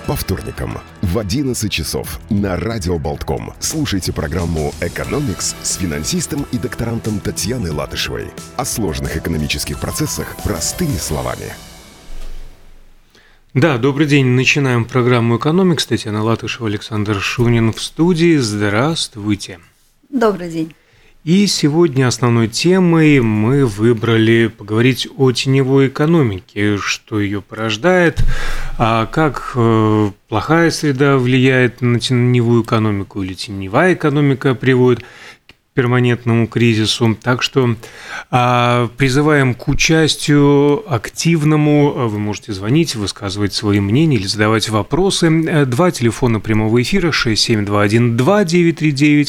По вторникам в 11 часов на Радио Болтком слушайте программу «Экономикс» с финансистом и докторантом Татьяной Латышевой. О сложных экономических процессах простыми словами. Да, добрый день. Начинаем программу «Экономикс». Татьяна Латышева, Александр Шунин в студии. Здравствуйте. Добрый день. И сегодня основной темой мы выбрали поговорить о теневой экономике, что ее порождает, как плохая среда влияет на теневую экономику или теневая экономика приводит к перманентному кризису. Так что призываем к участию активному. Вы можете звонить, высказывать свои мнения или задавать вопросы. Два телефона прямого эфира: 6721-2939,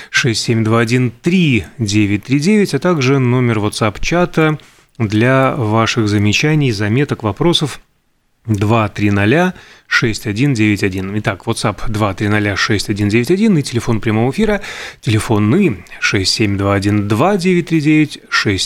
6721-3939, а также номер WhatsApp-чата для ваших замечаний, заметок, вопросов 230-6191. Итак, WhatsApp 230-6191 и телефон прямого эфира, телефонный 6721-2939,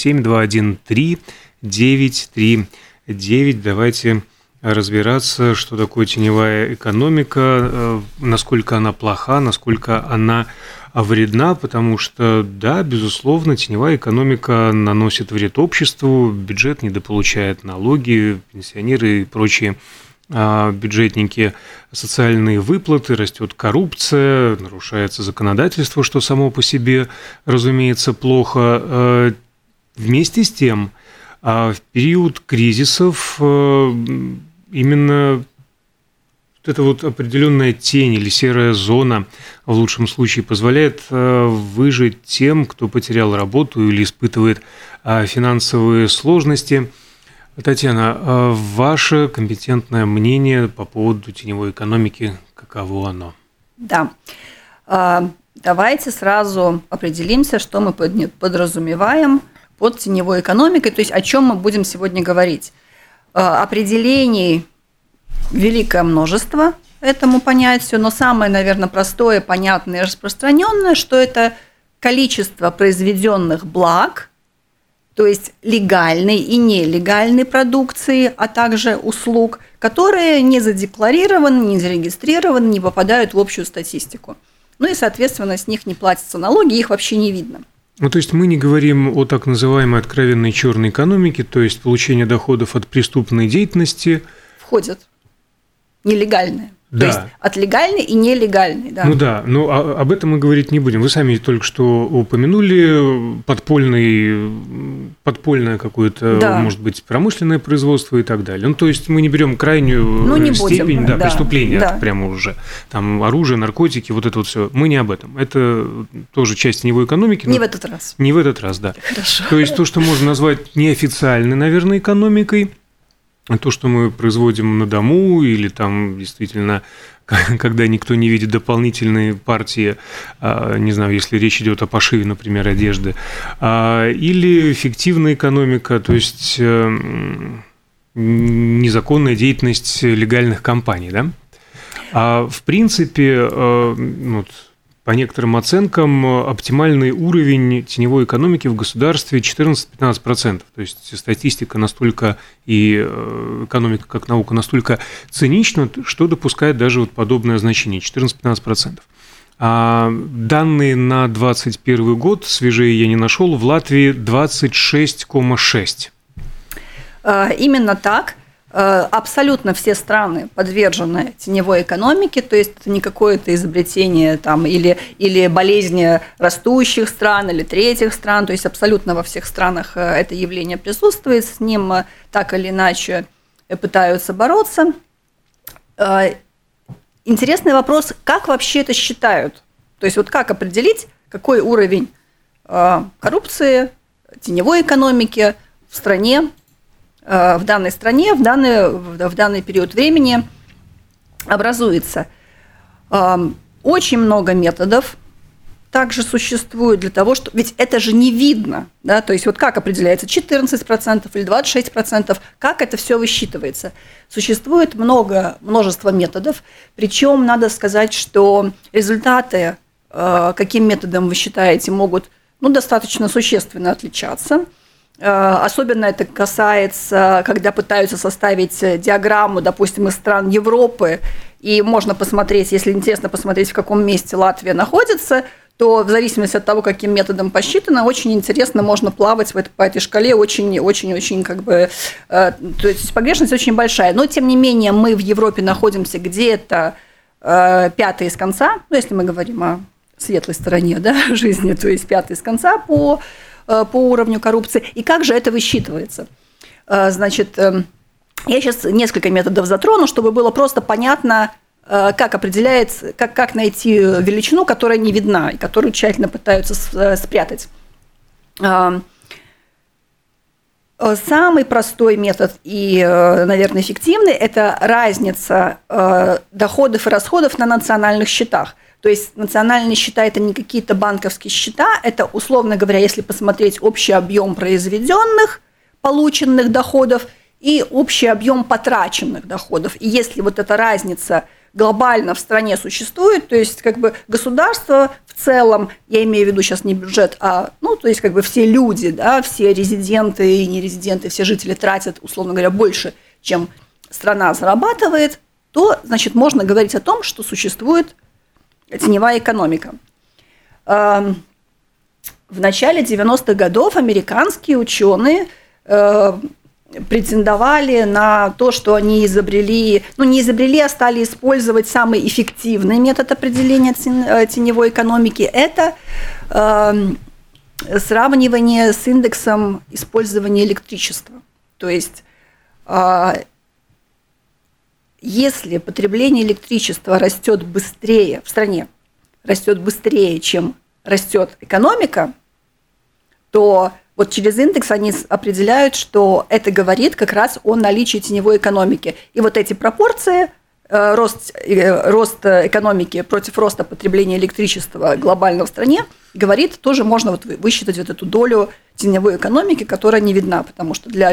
6721-3939. Давайте разбираться, что такое теневая экономика, насколько она плоха, насколько она вредна, потому что, да, безусловно, теневая экономика наносит вред обществу, бюджет недополучает налоги, пенсионеры и прочие бюджетники, социальные выплаты, растет коррупция, нарушается законодательство, что само по себе, разумеется, плохо. Вместе с тем, в период кризисов именно эта вот определенная тень или серая зона в лучшем случае позволяет выжить тем, кто потерял работу или испытывает финансовые сложности. Татьяна, ваше компетентное мнение по поводу теневой экономики, каково оно? Да. Давайте сразу определимся, что мы подразумеваем под теневой экономикой, то есть о чем мы будем сегодня говорить. Определений великое множество этому понятию, но самое, наверное, простое, понятное и распространенное, что это количество произведенных благ, то есть легальной и нелегальной продукции, а также услуг, которые не задекларированы, не зарегистрированы, не попадают в общую статистику. Ну и, соответственно, с них не платятся налоги, их вообще не видно. Ну, то есть мы не говорим о так называемой откровенной черной экономике, то есть получение доходов от преступной деятельности. Входят нелегальные. Да. То есть от легальной и нелегальной. Да. Ну да, но об этом мы говорить не будем. Вы сами только что упомянули подпольное какое-то, да, может быть, промышленное производство и так далее. Ну, то есть мы не берем крайнюю степень преступления, да, прямо уже. Там оружие, наркотики, вот это вот все. Мы не об этом. Это тоже часть теневой экономики. Не в этот раз. Не в этот раз, да. Хорошо. То есть то, что можно назвать неофициальной, наверное, экономикой, то, что мы производим на дому, или там действительно, когда никто не видит дополнительные партии, не знаю, если речь идет о пошиве, например, одежды, или фиктивная экономика, то есть незаконная деятельность легальных компаний, да? В принципе, по некоторым оценкам, оптимальный уровень теневой экономики в государстве 14-15%. То есть статистика настолько и экономика как наука настолько цинична, что допускает даже вот подобное значение – 14-15%. Данные на 2021 год, свежие я не нашел, в Латвии 26,6%. Именно так. Абсолютно все страны подвержены теневой экономике, то есть это не какое-то изобретение там, или болезнь растущих стран или третьих стран, то есть абсолютно во всех странах это явление присутствует, с ним так или иначе пытаются бороться. Интересный вопрос, как вообще это считают? То есть вот как определить, какой уровень коррупции, теневой экономики в стране, в данной стране, в данный период времени образуется. Очень много методов также существует для того, что... Ведь это же не видно, да, то есть вот как определяется 14% или 26%, как это все высчитывается. Существует множество методов, причем надо сказать, что результаты, каким методом вы считаете, могут достаточно существенно отличаться. Особенно это касается, когда пытаются составить диаграмму, допустим, из стран Европы и можно посмотреть, если интересно посмотреть, в каком месте Латвия находится, то в зависимости от того, каким методом посчитано, очень интересно можно плавать по этой шкале, очень как бы, то есть погрешность очень большая. Но, тем не менее, мы в Европе находимся где-то пятый с конца, ну, если мы говорим о светлой стороне, да, жизни, то есть пятый с конца по уровню коррупции. И как же это высчитывается? Значит, я сейчас несколько методов затрону, чтобы было просто понятно, как определяется, как найти величину, которая не видна и которую тщательно пытаются спрятать. Самый простой метод и, наверное, эффективный – это разница доходов и расходов на национальных счетах. То есть национальные счета – это не какие-то банковские счета, это, условно говоря, если посмотреть общий объем произведенных, полученных доходов и общий объем потраченных доходов. И если вот эта разница глобально в стране существует, то есть как бы государство в целом, я имею в виду сейчас не бюджет, а, ну, то есть как бы все люди, да, все резиденты и нерезиденты, все жители тратят, условно говоря, больше, чем страна зарабатывает, то, значит, можно говорить о том, что существует теневая экономика. В начале 90-х годов американские ученые претендовали на то, что они изобрели, а стали использовать самый эффективный метод определения теневой экономики. Это сравнивание с индексом использования электричества. То есть, если потребление электричества растет быстрее в стране, растет быстрее, чем растет экономика, то вот через индекс они определяют, что это говорит как раз о наличии теневой экономики. И вот эти пропорции, рост экономики против роста потребления электричества глобально в стране, говорит, тоже можно вот высчитать вот эту долю теневой экономики, которая не видна, потому что для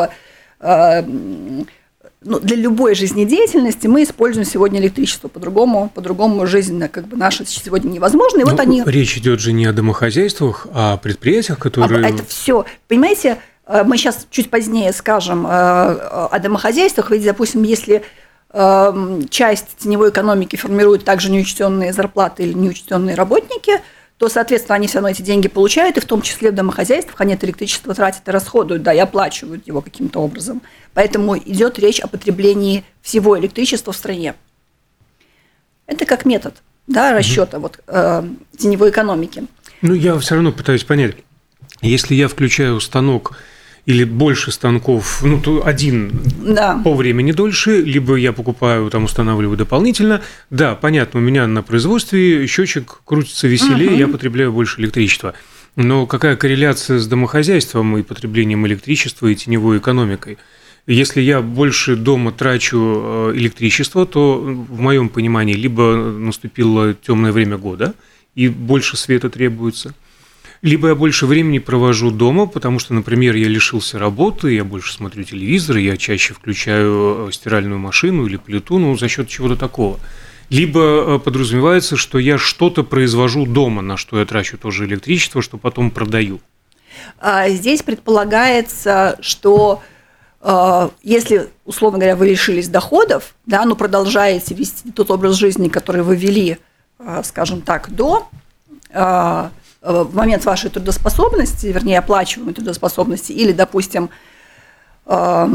любой жизнедеятельности мы используем сегодня электричество, по-другому жизнь как бы наша сегодня невозможна. И вот речь идет же не о домохозяйствах, а о предприятиях, которые… Это все, понимаете, мы сейчас чуть позднее скажем о домохозяйствах, ведь, допустим, если часть теневой экономики формируют также неучтенные зарплаты или неучтенные работники, то, соответственно, они все равно эти деньги получают, и в том числе в домохозяйствах они это электричество тратят и расходуют, да, и оплачивают его каким-то образом. Поэтому идет речь о потреблении всего электричества в стране. Это как метод, да, расчета теневой экономики. Я все равно пытаюсь понять, если я включаю станок или больше станков, то один по времени дольше, либо я покупаю, устанавливаю дополнительно. Да, понятно, у меня на производстве счетчик крутится веселее, я потребляю больше электричества. Но какая корреляция с домохозяйством и потреблением электричества и теневой экономикой? Если я больше дома трачу электричество, то в моем понимании либо наступило темное время года и больше света требуется, либо я больше времени провожу дома, потому что, например, я лишился работы, я больше смотрю телевизор, я чаще включаю стиральную машину или плиту, за счет чего-то такого. Либо подразумевается, что я что-то произвожу дома, на что я трачу тоже электричество, что потом продаю. Здесь предполагается, что если, условно говоря, вы лишились доходов, да, но продолжаете вести тот образ жизни, который вы вели, скажем так, в момент вашей трудоспособности, вернее, оплачиваемой трудоспособности, или, допустим, то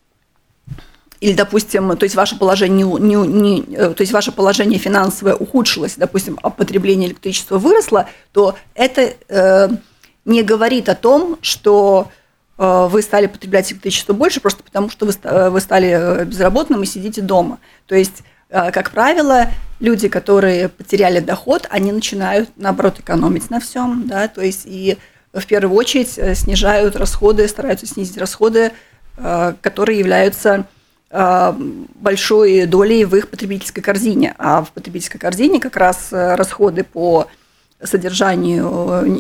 есть ваше положение финансовое ухудшилось, допустим, а потребление электричества выросло, то это не говорит о том, что вы стали потреблять электричество больше, просто потому что вы стали безработным и сидите дома. То есть, как правило, люди, которые потеряли доход, они начинают, наоборот, экономить на всем, да, то есть и в первую очередь снижают расходы, стараются снизить расходы, которые являются большой долей в их потребительской корзине. А в потребительской корзине как раз расходы по содержанию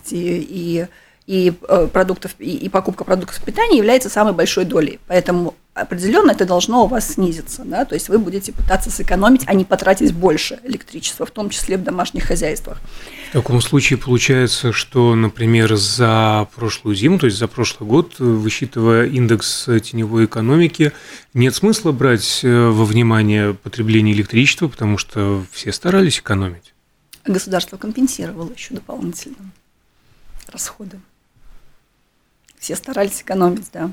недвижимости и продуктов, и покупка продуктов питания является самой большой долей. Поэтому определенно это должно у вас снизиться, да, то есть вы будете пытаться сэкономить, а не потратить больше электричества, в том числе в домашних хозяйствах. В таком случае получается, что, например, за прошлую зиму, то есть за прошлый год, высчитывая индекс теневой экономики, нет смысла брать во внимание потребление электричества, потому что все старались экономить. Государство компенсировало еще дополнительно расходы. Все старались экономить, да.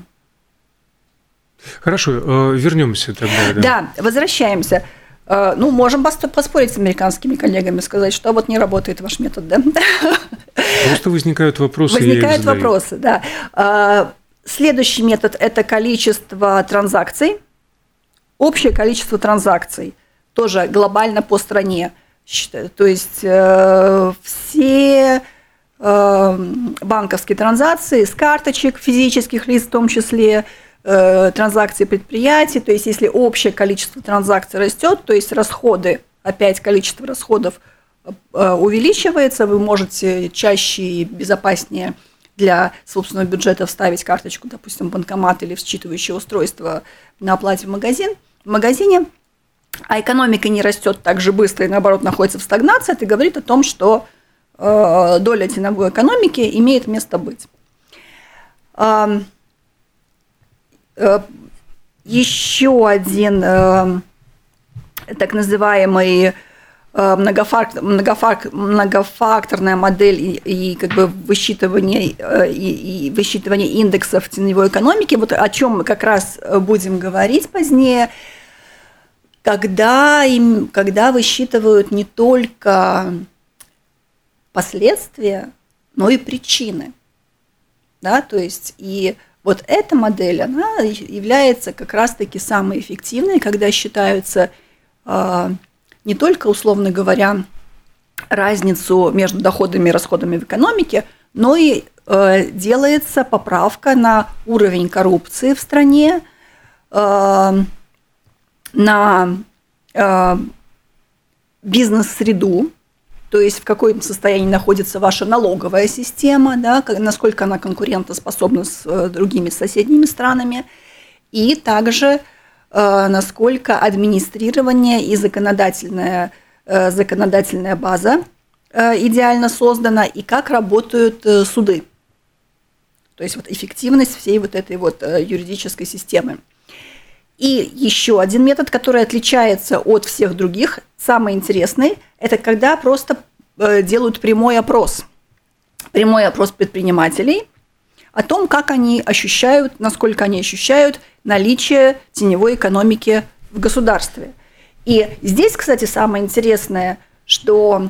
Хорошо, вернемся тогда. Да, возвращаемся. Ну, можем поспорить с американскими коллегами, сказать, что вот не работает ваш метод, да? Просто возникают вопросы. Возникают вопросы, да. Следующий метод – это количество транзакций. Общее количество транзакций тоже глобально по стране. То есть все банковские транзакции с карточек физических лиц в том числе, транзакции предприятий, то есть если общее количество транзакций растет, то есть расходы, опять количество расходов увеличивается, вы можете чаще и безопаснее для собственного бюджета вставить карточку, допустим, в банкомат или в считывающее устройство на оплате в магазине, а экономика не растет так же быстро и, наоборот, находится в стагнации, это говорит о том, что доля теневой экономики имеет место быть. Еще один так называемый многофакторная модель и как бы высчитывание индексов теневой экономики, вот о чем мы как раз будем говорить позднее, когда высчитывают не только последствия, но и причины. Да, то есть и вот эта модель, она является как раз-таки самой эффективной, когда считаются не только, условно говоря, разницу между доходами и расходами в экономике, но и делается поправка на уровень коррупции в стране, на бизнес-среду, то есть в каком состоянии находится ваша налоговая система, да, насколько она конкурентоспособна с другими соседними странами, и также насколько администрирование и законодательная база идеально создана, и как работают суды. То есть вот эффективность всей вот этой вот юридической системы. И еще один метод, который отличается от всех других, самый интересный, это когда просто делают прямой опрос предпринимателей о том, как они ощущают, насколько они ощущают наличие теневой экономики в государстве. И здесь, кстати, самое интересное, что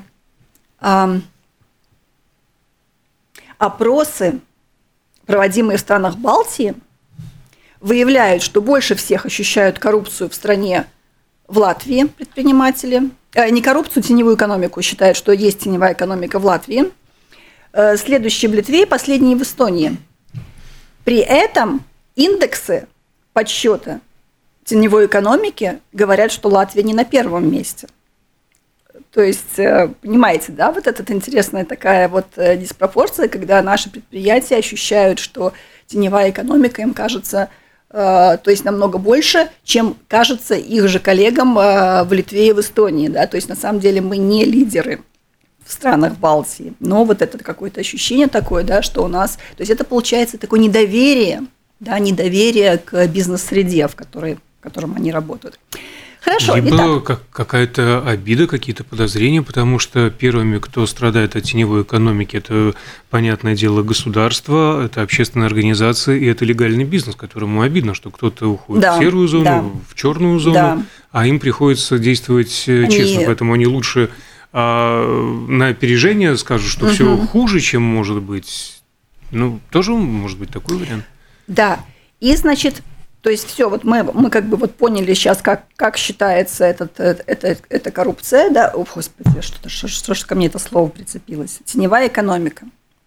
опросы, проводимые в странах Балтии, выявляют, что больше всех ощущают коррупцию в стране в Латвии предприниматели. Не коррупцию, теневую экономику считают, что есть теневая экономика в Латвии. Следующий в Литве и последний в Эстонии. При этом индексы подсчета теневой экономики говорят, что Латвия не на первом месте. То есть, понимаете, да, вот эта интересная такая вот диспропорция, когда наши предприятия ощущают, что теневая экономика им кажется, то есть намного больше, чем кажется их же коллегам в Литве и в Эстонии, да, то есть на самом деле мы не лидеры в странах Балтии, но вот это какое-то ощущение такое, да, что у нас, то есть это получается такое недоверие, да, недоверие к бизнес-среде, в котором они работают. Хорошо, либо какая-то обида, какие-то подозрения, потому что первыми, кто страдает от теневой экономики, это, понятное дело, государство, это общественная организация и это легальный бизнес, которому обидно, что кто-то уходит в серую зону, в черную зону, а им приходится действовать честно, поэтому они лучше на опережение скажут, что все хуже, чем может быть. Ну, тоже может быть такой вариант. Да, и, значит, то есть все, вот мы как бы вот поняли сейчас, как считается эта коррупция, да, о, господи, что ж ко мне это слово прицепилось, теневая экономика.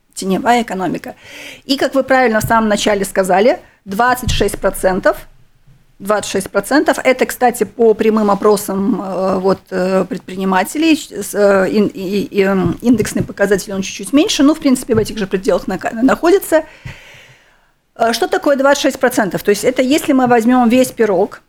И, как вы правильно в самом начале сказали, 26%, это, кстати, по прямым опросам вот, предпринимателей, индексный показатель, он чуть-чуть меньше, но, в принципе, в этих же пределах находится. Что такое 26%? То есть это если мы возьмем весь пирог,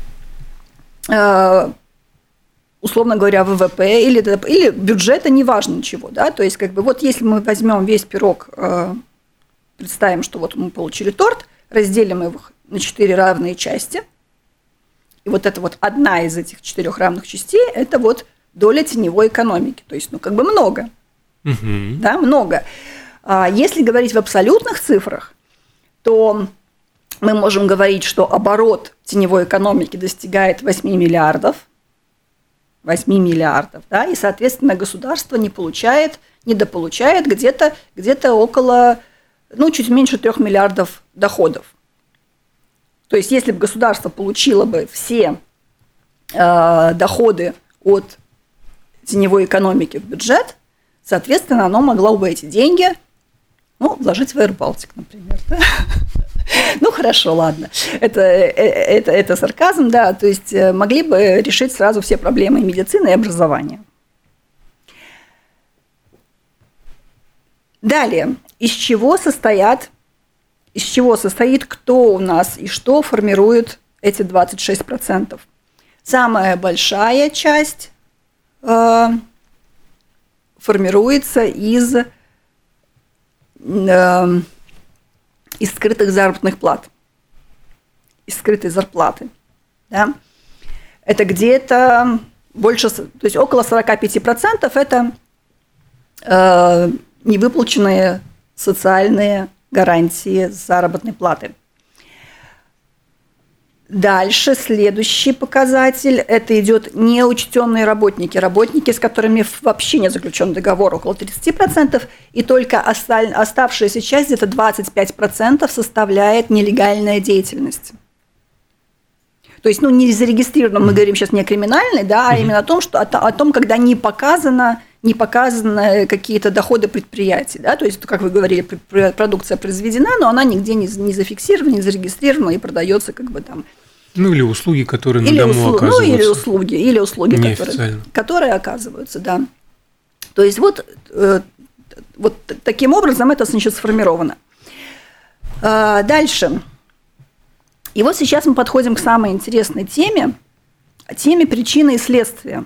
условно говоря, ВВП или бюджета, неважно чего, да, то есть как бы вот если мы возьмем весь пирог, представим, что вот мы получили торт, разделим его на 4 равные части, и вот это вот одна из этих 4 равных частей, это вот доля теневой экономики, то есть, ну, как бы много, да, много. Если говорить в абсолютных цифрах, то мы можем говорить, что оборот теневой экономики достигает 8 миллиардов, да, и, соответственно, государство недополучает где-то около, ну, чуть меньше 3 миллиардов доходов. То есть, если бы государство получило бы все доходы от теневой экономики в бюджет, соответственно, оно могло бы эти деньги, ну, вложить в Air Baltic, например, да? Ну, хорошо, ладно. Это сарказм, да. То есть могли бы решить сразу все проблемы медицины и образования. Далее. Из чего состоит, кто у нас и что формирует эти 26%? Самая большая часть формируется из скрытых заработных плат, из скрытой зарплаты. Да? Это где-то больше, то есть около 45% это невыплаченные социальные гарантии заработной платы. Дальше следующий показатель – это идет неучтенные работники, с которыми вообще не заключен договор, около 30%, и только оставшаяся часть, где-то 25%, составляет нелегальная деятельность. То есть, ну, не зарегистрировано, мы говорим сейчас не о криминальной, да, а именно о том, когда не показаны какие-то доходы предприятий, да, то есть, как вы говорили, продукция произведена, но она нигде не зафиксирована, не зарегистрирована и продается как бы там. Ну, или услуги, которые на дому оказываются. Ну, или услуги, которые оказываются, да. То есть, вот таким образом это, значит, сформировано. Дальше. И вот сейчас мы подходим к самой интересной теме причины и следствия.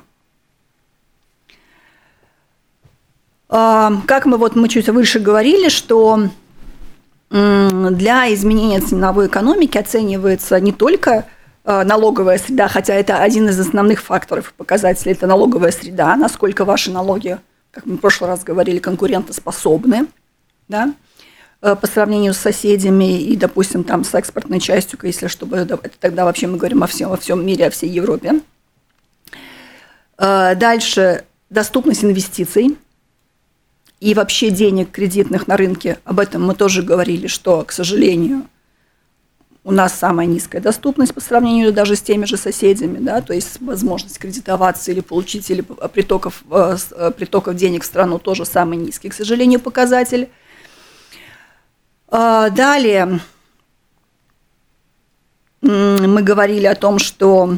Как мы чуть выше говорили, что для изменения ценовой экономики оценивается не только налоговая среда, хотя это один из основных факторов и показателей, это налоговая среда, насколько ваши налоги, как мы в прошлый раз говорили, конкурентоспособны, да, по сравнению с соседями и, допустим, там, с экспортной частью, если чтобы это тогда вообще мы говорим о всем мире, о всей Европе. Дальше доступность инвестиций и вообще денег кредитных на рынке. Об этом мы тоже говорили, что, к сожалению, у нас самая низкая доступность по сравнению даже с теми же соседями, да, то есть возможность кредитоваться или получить или притоков денег в страну тоже самый низкий, к сожалению, показатель. Далее мы говорили о том, что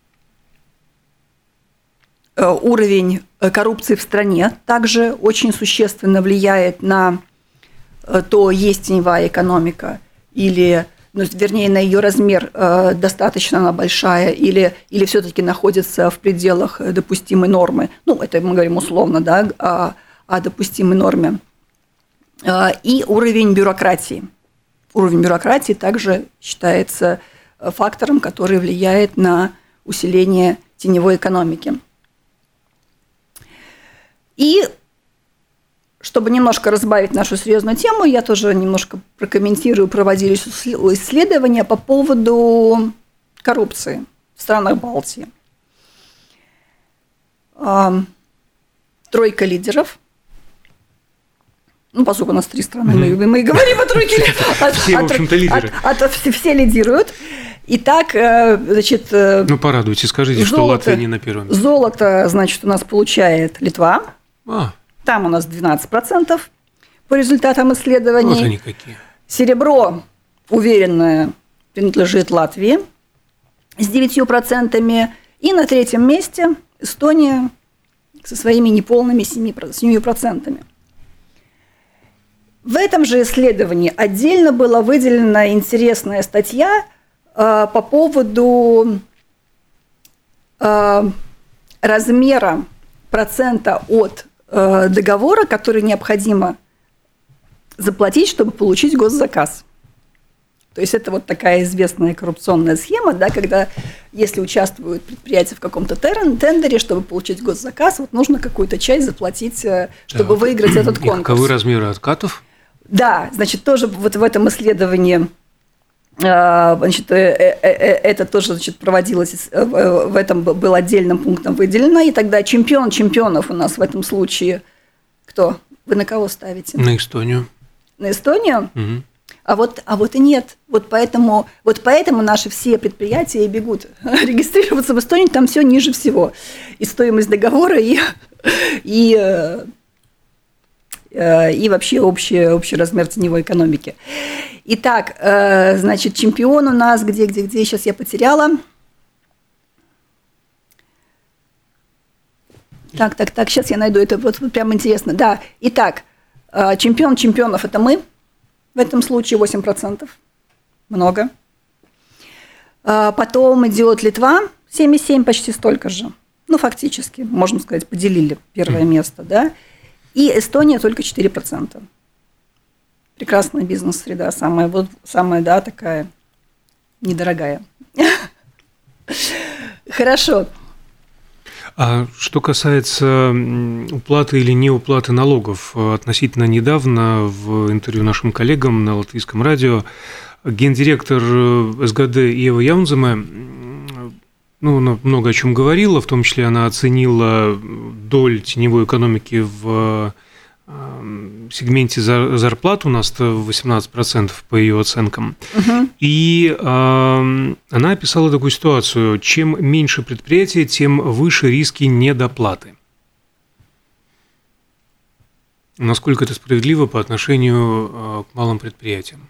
уровень коррупции в стране также очень существенно влияет на то, есть теневая экономика, или, вернее, на ее размер, достаточно она большая, или все-таки находится в пределах допустимой нормы. Ну, это мы говорим условно, да, о допустимой норме. И уровень бюрократии. Уровень бюрократии также считается фактором, который влияет на усиление теневой экономики. И чтобы немножко разбавить нашу серьезную тему, я тоже немножко прокомментирую, проводились исследования по поводу коррупции в странах Балтии. Тройка лидеров. Ну, поскольку у нас 3 страны, мы говорим о тройке лидеров. Все, в общем-то, лидеры. Все лидируют. Итак, значит… Ну, порадуйте, скажите, что Латвия не на первом месте. Золото, значит, у нас получает Литва. Там у нас 12% по результатам исследований. Вот они какие. Серебро, уверенно, принадлежит Латвии с 9%. И на 3-м месте Эстония со своими неполными 7%. В этом же исследовании отдельно была выделена интересная статья по поводу размера процента от договора, который необходимо заплатить, чтобы получить госзаказ. То есть это вот такая известная коррупционная схема, да, когда если участвуют предприятия в каком-то тендере, чтобы получить госзаказ, вот нужно какую-то часть заплатить, чтобы выиграть этот конкурс. И каковы размеры откатов? Да, значит, тоже вот в этом исследовании, значит, это тоже, значит, проводилось, в этом был отдельным пунктом выделено, и тогда чемпион чемпионов у нас в этом случае кто? Вы на кого ставите? На Эстонию. На Эстонию? Угу. А вот и нет. Вот поэтому наши все предприятия и бегут регистрироваться в Эстонии, там все ниже всего. И стоимость договора, и вообще общий размер теневой экономики. Итак, значит, чемпион у нас где, сейчас я потеряла. Так, сейчас я найду, это вот прям интересно. Да, итак, чемпион чемпионов – это мы. В этом случае 8%. Много. Потом идет Литва, 7,7, почти столько же. Ну, фактически, можно сказать, поделили первое место, да. И Эстония только 4%. Прекрасная бизнес-среда, самая, да, такая недорогая. Хорошо. А что касается уплаты или неуплаты налогов, относительно недавно в интервью нашим коллегам на Латвийском радио гендиректор СГД Ева Яунземе много о чем говорила, в том числе она оценила долю теневой экономики в сегменте зарплат, у нас 18% по ее оценкам. Угу. И она описала такую ситуацию: чем меньше предприятий, тем выше риски недоплаты. Насколько это справедливо по отношению к малым предприятиям?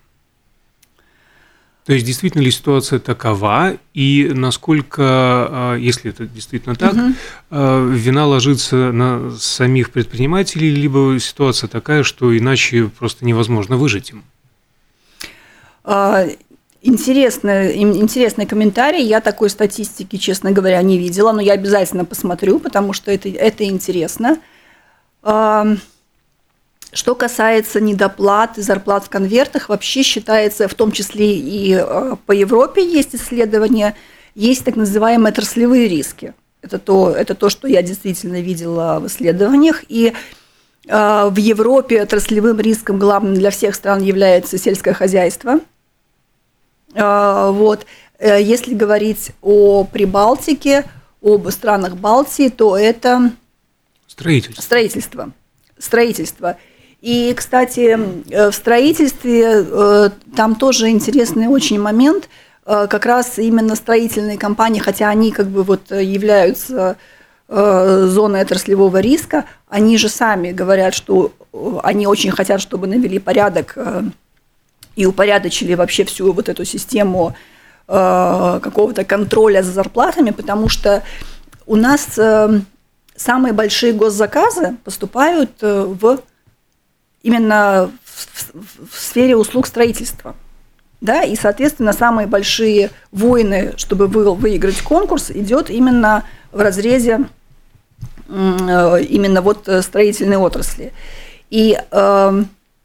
То есть, действительно ли ситуация такова, и насколько, если это действительно так, вина ложится на самих предпринимателей, либо ситуация такая, что иначе просто невозможно выжить им? Интересный комментарий. Я такой статистики, честно говоря, не видела, но я обязательно посмотрю, потому что это интересно. Что касается недоплат и зарплат в конвертах, вообще считается, в том числе и по Европе есть исследования, есть так называемые отраслевые риски. Это то, что я действительно видела в исследованиях. И в Европе отраслевым риском главным для всех стран является сельское хозяйство. Вот. Если говорить о Прибалтике, об странах Балтии, то это строительство. И, кстати, в строительстве там тоже интересный очень момент, как раз именно строительные компании, хотя они как бы вот являются зоной отраслевого риска, они же сами говорят, что они очень хотят, чтобы навели порядок и упорядочили вообще всю вот эту систему какого-то контроля за зарплатами, потому что у нас самые большие госзаказы поступают именно в сфере услуг строительства. Да? И, соответственно, самые большие войны, чтобы выиграть конкурс, идет именно в разрезе именно вот строительной отрасли. И как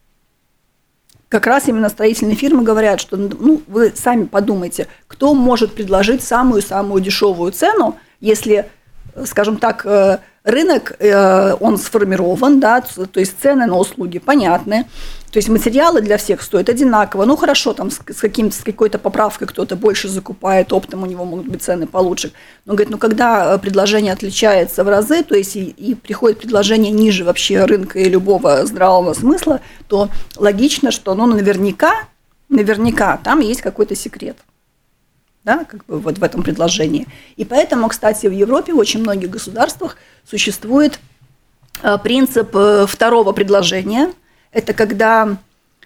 раз именно строительные фирмы говорят, что вы сами подумайте, кто может предложить самую-самую дешевую цену, если, скажем так, рынок, он сформирован, да, то есть цены на услуги понятны, то есть материалы для всех стоят одинаково. Ну, хорошо, там с какой-то поправкой кто-то больше закупает, оптом у него могут быть цены получше. Но, говорит, когда предложение отличается в разы, то есть и приходит предложение ниже вообще рынка и любого здравого смысла, то логично, что наверняка там есть какой-то секрет. Да, как бы вот в этом предложении. И поэтому, кстати, в Европе в очень многих государствах существует принцип второго предложения. Это когда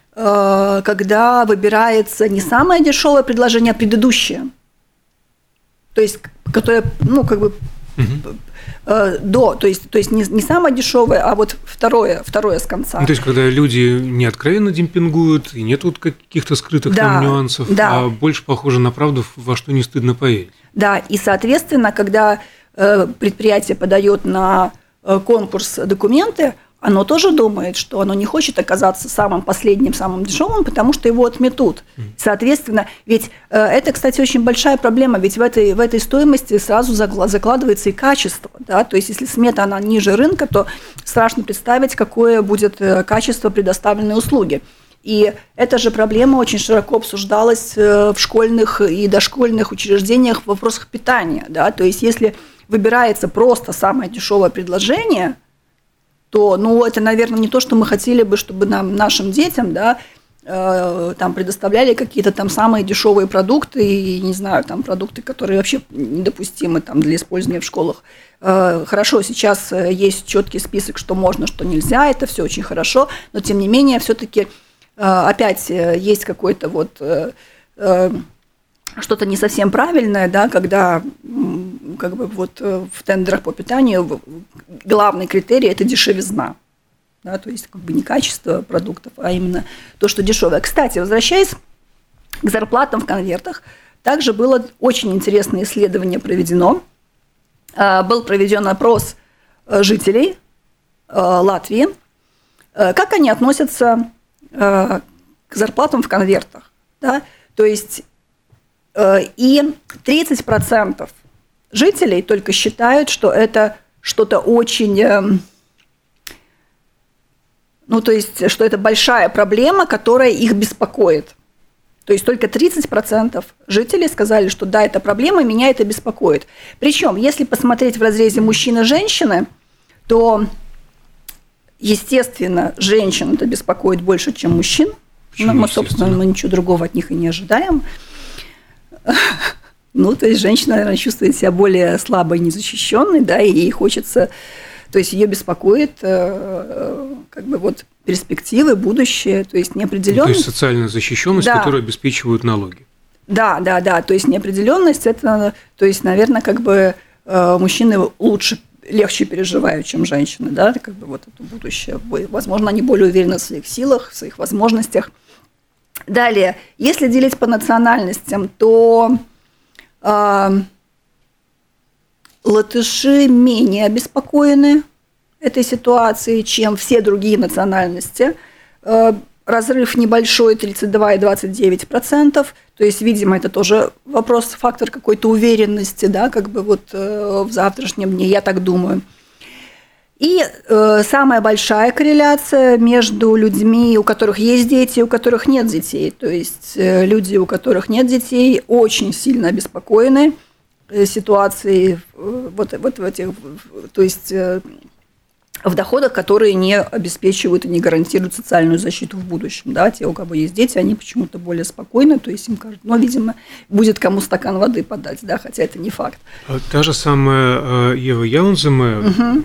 выбирается не самое дешевое предложение, а предыдущее. То есть, которое, то есть не самое дешевое, а вот второе с конца. Ну, то есть, когда люди не откровенно демпингуют, и нет вот каких-то скрытых там нюансов, а больше похоже на правду, во что не стыдно поверить. Да, и, соответственно, когда предприятие подает на конкурс документы, оно тоже думает, что оно не хочет оказаться самым последним, самым дешевым, потому что его отметут. Соответственно, ведь это, кстати, очень большая проблема, ведь в этой стоимости сразу закладывается и качество. Да? То есть, если смета она ниже рынка, то страшно представить, какое будет качество предоставленной услуги. И эта же проблема очень широко обсуждалась в школьных и дошкольных учреждениях в вопросах питания. Да? То есть, если выбирается просто самое дешевое предложение, то, это, наверное, не то, что мы хотели бы, чтобы нашим детям, да, там предоставляли какие-то там самые дешевые продукты, и, не знаю, там продукты, которые вообще недопустимы там, для использования в школах. Хорошо, сейчас есть четкий список, что можно, что нельзя, это все очень хорошо, но, тем не менее, все-таки опять есть какой-то вот что-то не совсем правильное, да, когда как бы вот в тендерах по питанию главный критерий – это дешевизна. Да, то есть как бы не качество продуктов, а именно то, что дешевое. Кстати, возвращаясь к зарплатам в конвертах, также было очень интересное исследование проведено. Был проведен опрос жителей Латвии, как они относятся к зарплатам в конвертах. Да? То есть и 30% жителей только считают, что это что-то очень, то есть, что это большая проблема, которая их беспокоит. То есть только 30% жителей сказали, что да, это проблема, меня это беспокоит. Причем, если посмотреть в разрезе мужчин и женщины, то, естественно, женщин это беспокоит больше, чем мужчин. Мы, собственно, ничего другого от них и не ожидаем. То есть женщина, наверное, чувствует себя более слабой, незащищенной, да, и ей хочется, то есть ее беспокоит как бы вот перспективы, будущее, то есть неопределенность. То есть социальная защищенность, да, которую обеспечивают налоги. Да, то есть неопределенность, это, то есть, наверное, как бы мужчины легче переживают, чем женщины, да, как бы вот это будущее. Возможно, они более уверены в своих силах, в своих возможностях. Далее, если делить по национальностям, то латыши менее обеспокоены этой ситуацией, чем все другие национальности. Разрыв небольшой, 32 и 29%. То есть, видимо, это тоже фактор какой-то уверенности, да, как бы вот в завтрашнем дне, я так думаю. И самая большая корреляция между людьми, у которых есть дети, и у которых нет детей. То есть люди, у которых нет детей, очень сильно обеспокоены ситуацией вот в этих, то есть в доходах, которые не обеспечивают и не гарантируют социальную защиту в будущем. Да? Те, у кого есть дети, они почему-то более спокойны, то есть им кажется, видимо, будет кому стакан воды подать, да? Хотя это не факт. Та же самая Ева Яунземе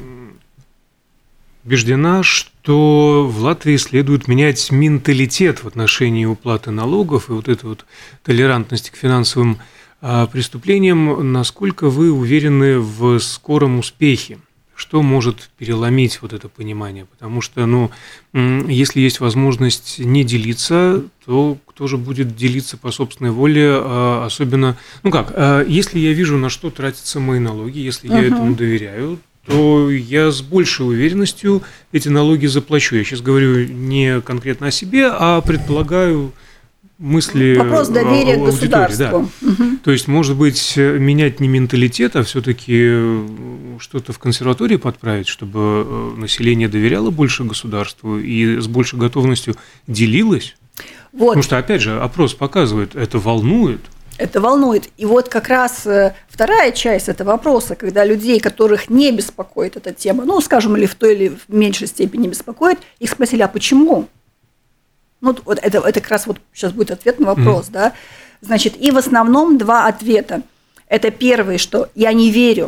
убеждена, что в Латвии следует менять менталитет в отношении уплаты налогов и вот этой вот толерантности к финансовым преступлениям. Насколько вы уверены в скором успехе? Что может переломить вот это понимание? Потому что, если есть возможность не делиться, то кто же будет делиться по собственной воле, особенно, если я вижу, на что тратятся мои налоги, если я этому доверяю, то я с большей уверенностью эти налоги заплачу. Я сейчас говорю не конкретно о себе, а предполагаю мысли вопрос доверия к государству. Да. То есть, может быть, менять не менталитет, а все-таки что-то в консерватории подправить, чтобы население доверяло больше государству и с большей готовностью делилось. Вот. Потому что, опять же, опрос показывает, это волнует. Это волнует. И вот как раз вторая часть этого вопроса, когда людей, которых не беспокоит эта тема, скажем, или в той или в меньшей степени беспокоит, их спросили, а почему? Вот это как раз вот сейчас будет ответ на вопрос, да. Значит, и в основном два ответа. Это первый, что я не верю,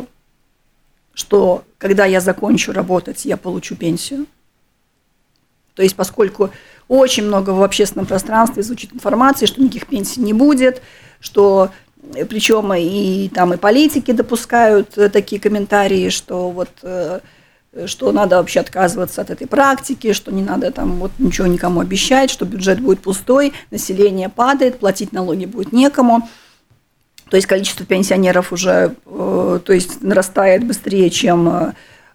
что когда я закончу работать, я получу пенсию. То есть, поскольку очень много в общественном пространстве звучит информации, что никаких пенсий не будет, что причем и политики допускают такие комментарии, что что надо вообще отказываться от этой практики, что не надо ничего никому обещать, что бюджет будет пустой, население падает, платить налоги будет некому. То есть количество пенсионеров уже нарастает быстрее, чем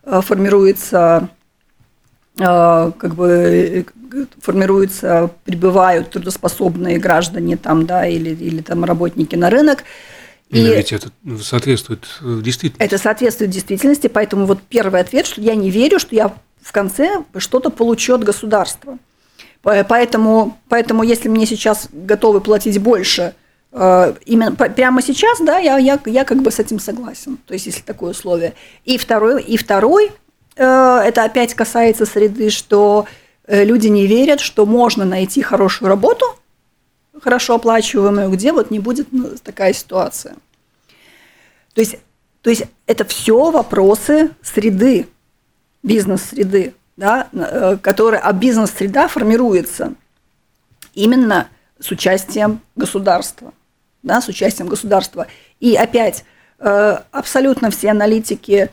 прибывают трудоспособные граждане или работники на рынок. Но ведь это соответствует действительности. Это соответствует действительности, поэтому первый ответ, что я не верю, что я в конце что-то получу от государства. Поэтому если мне сейчас готовы платить больше, именно прямо сейчас, да, я с этим согласен, то есть если такое условие. И второй, это опять касается среды, что люди не верят, что можно найти хорошую работу, хорошо оплачиваемую, где не будет такая ситуация. То есть это все вопросы среды, бизнес-среды, да, а бизнес-среда формируется именно с участием государства. Да, с участием государства. И опять, абсолютно все аналитики,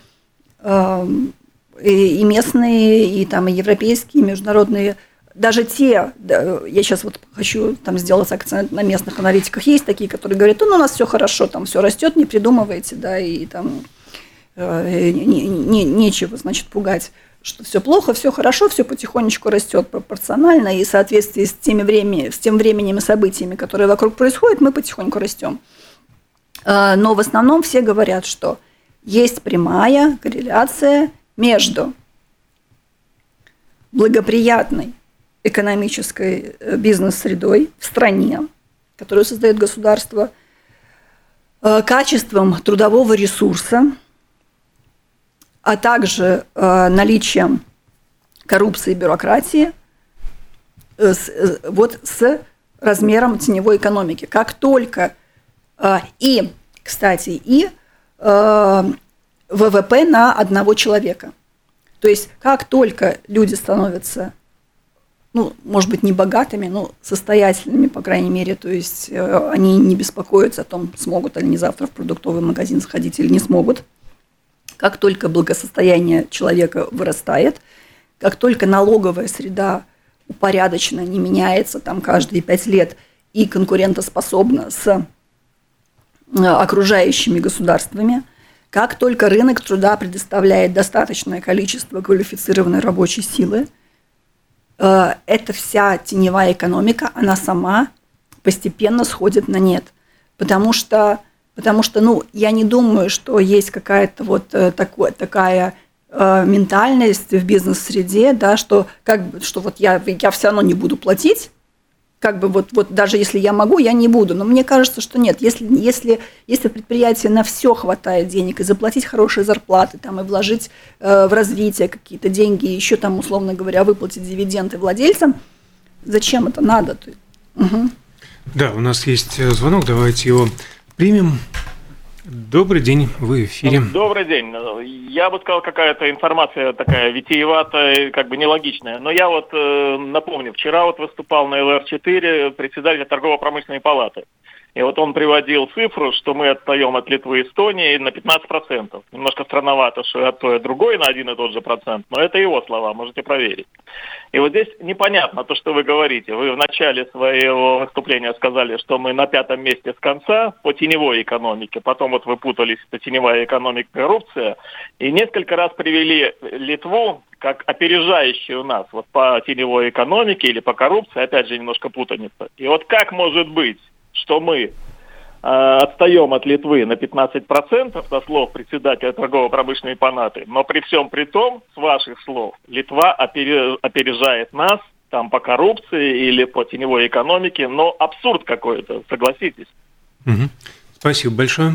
и местные, и европейские, и международные, даже те, я сейчас хочу сделать акцент на местных аналитиках, есть такие, которые говорят, у нас все хорошо, все растет, не придумывайте, да, и нечего, пугать, что все плохо, все хорошо, все потихонечку растет пропорционально, и в соответствии с тем временем и событиями, которые вокруг происходят, мы потихоньку растем. Но в основном все говорят, что есть прямая корреляция между благоприятной экономической бизнес-средой в стране, которую создает государство, качеством трудового ресурса, а также наличием коррупции и бюрократии с размером теневой экономики. Как только ВВП на одного человека. То есть как только люди становятся, может быть, не богатыми, но состоятельными, по крайней мере, то есть они не беспокоятся о том, смогут ли они завтра в продуктовый магазин сходить или не смогут. Как только благосостояние человека вырастает, как только налоговая среда упорядочена, не меняется каждые 5 лет и конкурентоспособна с окружающими государствами, как только рынок труда предоставляет достаточное количество квалифицированной рабочей силы, эта вся теневая экономика, она сама постепенно сходит на нет. Потому что я не думаю, что есть какая-то такая ментальность в бизнес-среде, да, что я все равно не буду платить, даже если я могу, я не буду. Но мне кажется, что нет. Если предприятие на все хватает денег, и заплатить хорошие зарплаты, и вложить в развитие какие-то деньги, и еще условно говоря, выплатить дивиденды владельцам, зачем это надо? Угу. Да, у нас есть звонок, давайте его примем. Добрый день, вы в эфире. Добрый день. Я бы сказал, какая-то информация такая витиеватая, нелогичная. Но я напомню, вчера выступал на ЛР-4 председатель торгово-промышленной палаты. И он приводил цифру, что мы отстаем от Литвы и Эстонии на 15%. Немножко странновато, что и то, и другое на один и тот же процент, но это его слова, можете проверить. И здесь непонятно то, что вы говорите. Вы в начале своего выступления сказали, что мы на 5-м месте с конца по теневой экономике, потом вы путались, это теневая экономика, коррупция, и несколько раз привели Литву как опережающую нас по теневой экономике или по коррупции, опять же немножко путаница. И как может быть, что мы отстаем от Литвы на 15%, со слов председателя торгово-промышленной палаты, но при всем при том, с ваших слов, Литва опережает нас по коррупции или по теневой экономике, но абсурд какой-то, согласитесь. Угу. Спасибо большое.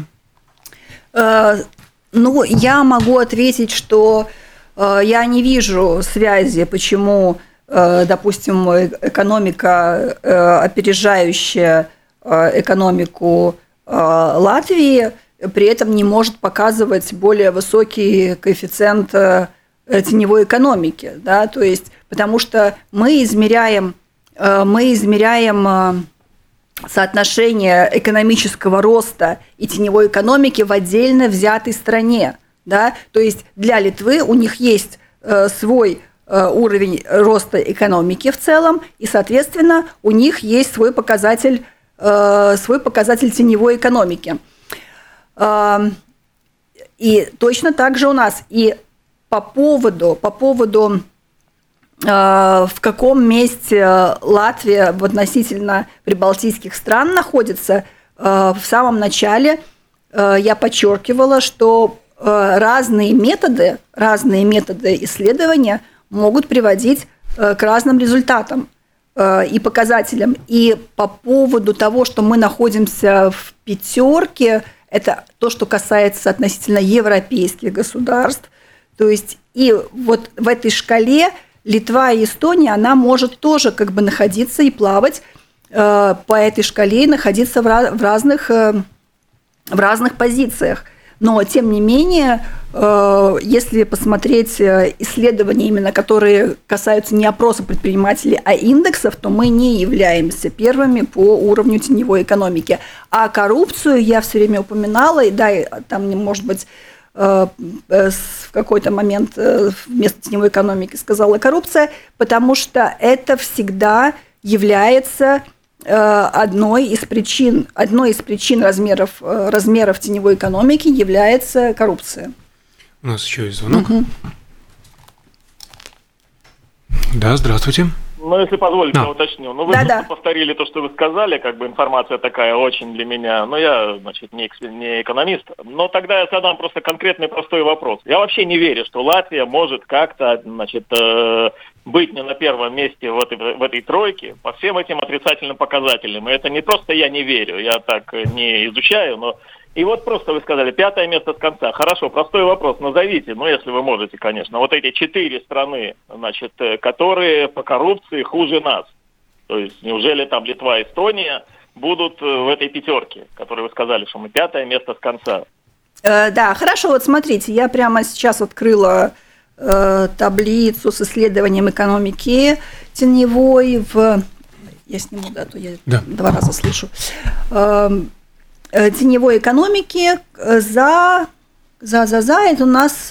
Я могу ответить, что я не вижу связи, почему, допустим, экономика, опережающая экономику Латвии, при этом не может показывать более высокий коэффициент теневой экономики, да, то есть, потому что мы измеряем соотношение экономического роста и теневой экономики в отдельно взятой стране. Да? То есть для Литвы у них есть свой уровень роста экономики в целом, и, соответственно, у них есть свой показатель теневой экономики. И точно так же у нас. И по поводу в каком месте Латвия в относительно прибалтийских стран находится, в самом начале я подчеркивала, что разные методы исследования могут приводить к разным результатам и показателям. И по поводу того, что мы находимся в пятерке, это то, что касается относительно европейских государств. То есть и вот в этой шкале Литва и Эстония, она может тоже как бы находиться и плавать по этой шкале, и находиться в разных позициях. Но, тем не менее, если посмотреть исследования, именно которые касаются не опроса предпринимателей, а индексов, то мы не являемся первыми по уровню теневой экономики. А коррупцию я все время упоминала, и да, там, может быть, в какой-то момент вместо теневой экономики сказала коррупция, потому что это всегда является одной из причин размеров теневой экономики является коррупция. У нас еще есть звонок. Да, здравствуйте. Ну, если позволите, я уточню. Ну, вы просто повторили то, что вы сказали, как бы информация такая очень для меня. Но я, значит, не экономист. Но тогда я задам просто конкретный простой вопрос. Я вообще не верю, что Латвия может как-то, значит, быть не на первом месте в этой тройке по всем этим отрицательным показателям. И это не просто я не верю, я так не изучаю, но... И вот просто вы сказали, 5 место с конца. Хорошо, простой вопрос, назовите, ну, если вы можете, конечно, вот эти 4 страны, значит, которые по коррупции хуже нас. То есть, неужели там Литва и Эстония будут в этой пятерке, которые вы сказали, что мы 5 место с конца? Да, хорошо, вот смотрите, я прямо сейчас открыла таблицу с исследованием экономики теневой Я сниму, да, то я 2 раза слышу. Теневой экономики это у нас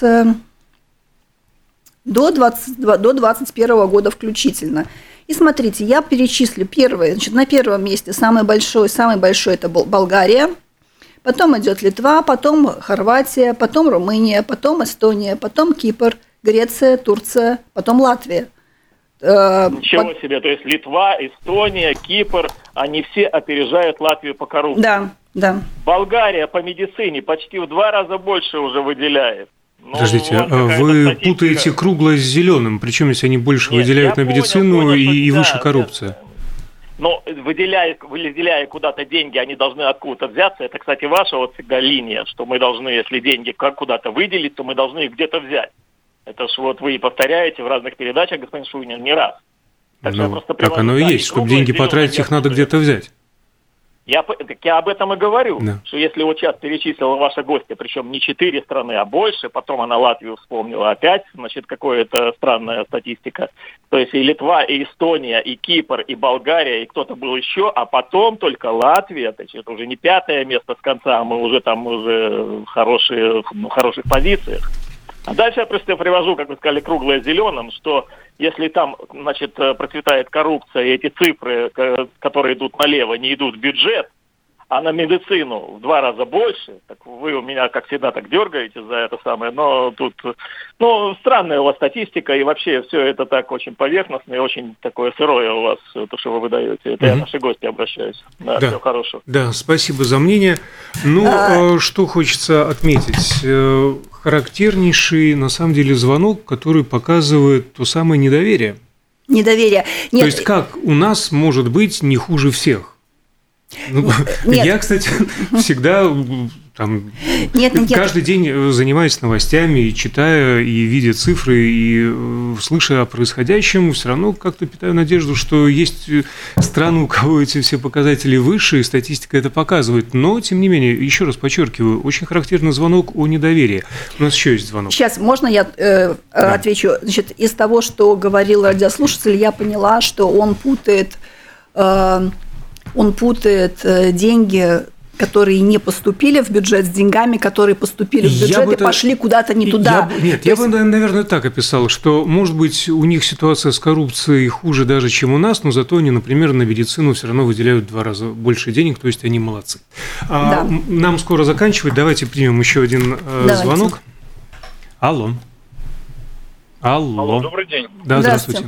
до 2021 года включительно. И смотрите, я перечислю первое. Значит, на первом месте самый большой это Болгария, потом идет Литва, потом Хорватия, потом Румыния, потом Эстония, потом Кипр, Греция, Турция, потом Латвия. Ничего себе, то есть Литва, Эстония, Кипр, они все опережают Латвию по коррупции. Да. Болгария по медицине почти в 2 раза больше уже выделяет. Подождите, вы путаете круглое с зеленым, причем если они больше выделяют на медицину и выше коррупция. Но выделяя куда-то деньги, они должны откуда-то взяться. Это, кстати, ваша вот всегда линия, что мы должны, если деньги куда-то выделить, то мы должны их где-то взять. Это ж вот вы и повторяете в разных передачах, господин Шуйнин, не раз. Так оно и есть, чтобы деньги потратить, их надо где-то взять. Я об этом и говорю, что если вот сейчас перечислила ваша гостья, причем не 4 страны, а больше, потом она Латвию вспомнила опять, значит, какая-то странная статистика. То есть и Литва, и Эстония, и Кипр, и Болгария, и кто-то был еще, а потом только Латвия, значит, уже не 5 место с конца, а мы уже там в хороших позициях. А дальше я просто привожу, как вы сказали, круглое с зеленым, что если там, значит, процветает коррупция, и эти цифры, которые идут налево, не идут в бюджет, а на медицину в 2 раза больше, так вы у меня, как всегда, так дергаете за это самое, но тут, странная у вас статистика, и вообще все это так очень поверхностно и очень такое сырое у вас, то, что вы выдаете. Это я наши гости обращаюсь. Да, всего хорошего. Да, спасибо за мнение. Что хочется отметить? Характернейший, на самом деле, звонок, который показывает то самое недоверие. Нет. То есть, как у нас может быть не хуже всех? Я, кстати, всегда каждый день занимаюсь новостями, и читая, и видя цифры, и слыша о происходящем, все равно как-то питаю надежду, что есть страны, у кого эти все показатели выше, и статистика это показывает. Но, тем не менее, еще раз подчеркиваю, очень характерный звонок о недоверии. У нас еще есть звонок. Сейчас, можно я отвечу? Значит, из того, что говорил радиослушатель, я поняла, что он путает он путает деньги, которые не поступили в бюджет, с деньгами, которые поступили в бюджет и пошли куда-то не туда. Я бы, наверное, так описал, что, может быть, у них ситуация с коррупцией хуже даже, чем у нас, но зато они, например, на медицину все равно выделяют в 2 раза больше денег, то есть они молодцы. Да. Нам скоро заканчивать, давайте примем еще один звонок. Алло, добрый день. Да, здравствуйте.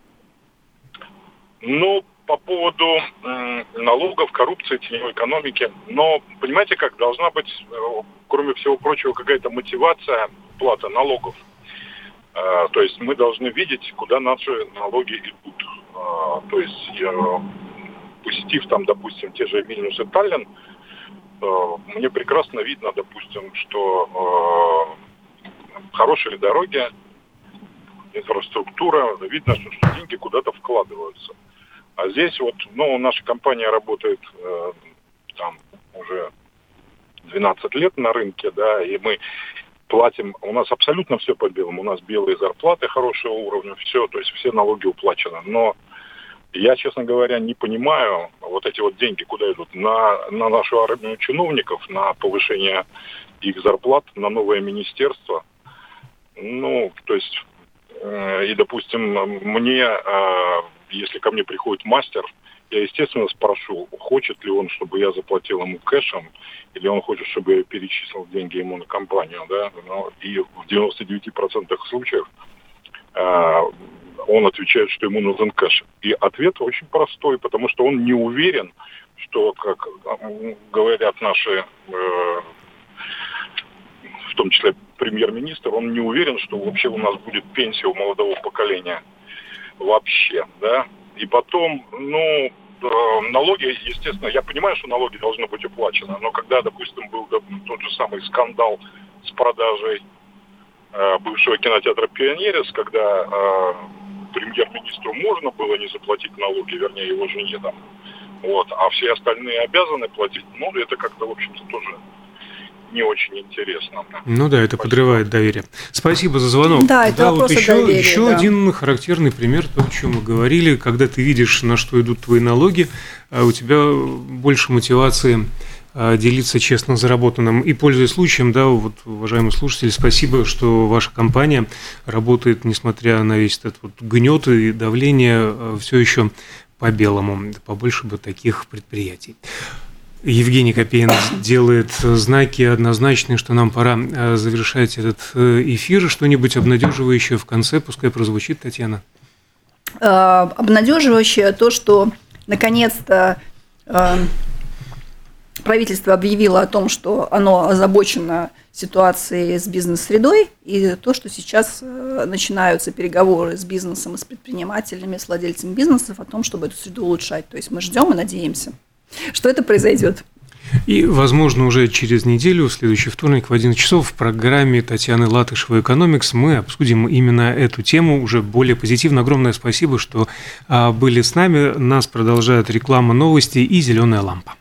По поводу налогов, коррупции, теневой экономики. Но, понимаете как, должна быть, кроме всего прочего, какая-то мотивация платы налогов. То есть мы должны видеть, куда наши налоги идут. То есть, посетив там, допустим, те же Вильнюс и Таллин, мне прекрасно видно, допустим, что хорошие дороги, инфраструктура, видно, что деньги куда-то вкладываются. А здесь наша компания работает там уже 12 лет на рынке, да, и мы платим, у нас абсолютно все по белому, у нас белые зарплаты хорошего уровня, все, то есть все налоги уплачены. Но я, честно говоря, не понимаю, вот эти вот деньги куда идут? На нашу армию чиновников, на повышение их зарплат, на новое министерство. То есть, и, допустим, мне... Если ко мне приходит мастер, я, естественно, спрошу, хочет ли он, чтобы я заплатил ему кэшем, или он хочет, чтобы я перечислил деньги ему на компанию, да. И в 99% случаев он отвечает, что ему нужен кэш. И ответ очень простой, потому что он не уверен, что, как говорят наши, в том числе премьер-министр, он не уверен, что вообще у нас будет пенсия у молодого поколения. Вообще, да. И потом, налоги, естественно, я понимаю, что налоги должны быть уплачены, но когда, допустим, был тот же самый скандал с продажей бывшего кинотеатра «Пионерис», когда премьер-министру можно было не заплатить налоги, вернее, его жене там, а все остальные обязаны платить, это как-то, в общем-то, тоже не очень интересно. Это подрывает доверие. Спасибо за звонок. Да, это вопрос о доверии. Еще один характерный пример, то, о чем мы говорили, когда ты видишь, на что идут твои налоги, у тебя больше мотивации делиться честно заработанным. И, пользуясь случаем, уважаемые слушатели, спасибо, что ваша компания работает, несмотря на весь этот гнет и давление, все еще по-белому. Побольше бы таких предприятий. Евгений Копейн делает знаки однозначные, что нам пора завершать этот эфир. Что-нибудь обнадеживающее в конце, пускай прозвучит, Татьяна. Обнадеживающее то, что наконец-то правительство объявило о том, что оно озабочено ситуацией с бизнес-средой, и то, что сейчас начинаются переговоры с бизнесом и с предпринимателями, с владельцами бизнесов о том, чтобы эту среду улучшать. То есть мы ждем и надеемся, что это произойдет. И, возможно, уже через неделю, в следующий вторник в 11 часов в программе Татьяны Латышевой «Экономикс» мы обсудим именно эту тему уже более позитивно. Огромное спасибо, что были с нами. Нас продолжает реклама, новости и «Зеленая лампа».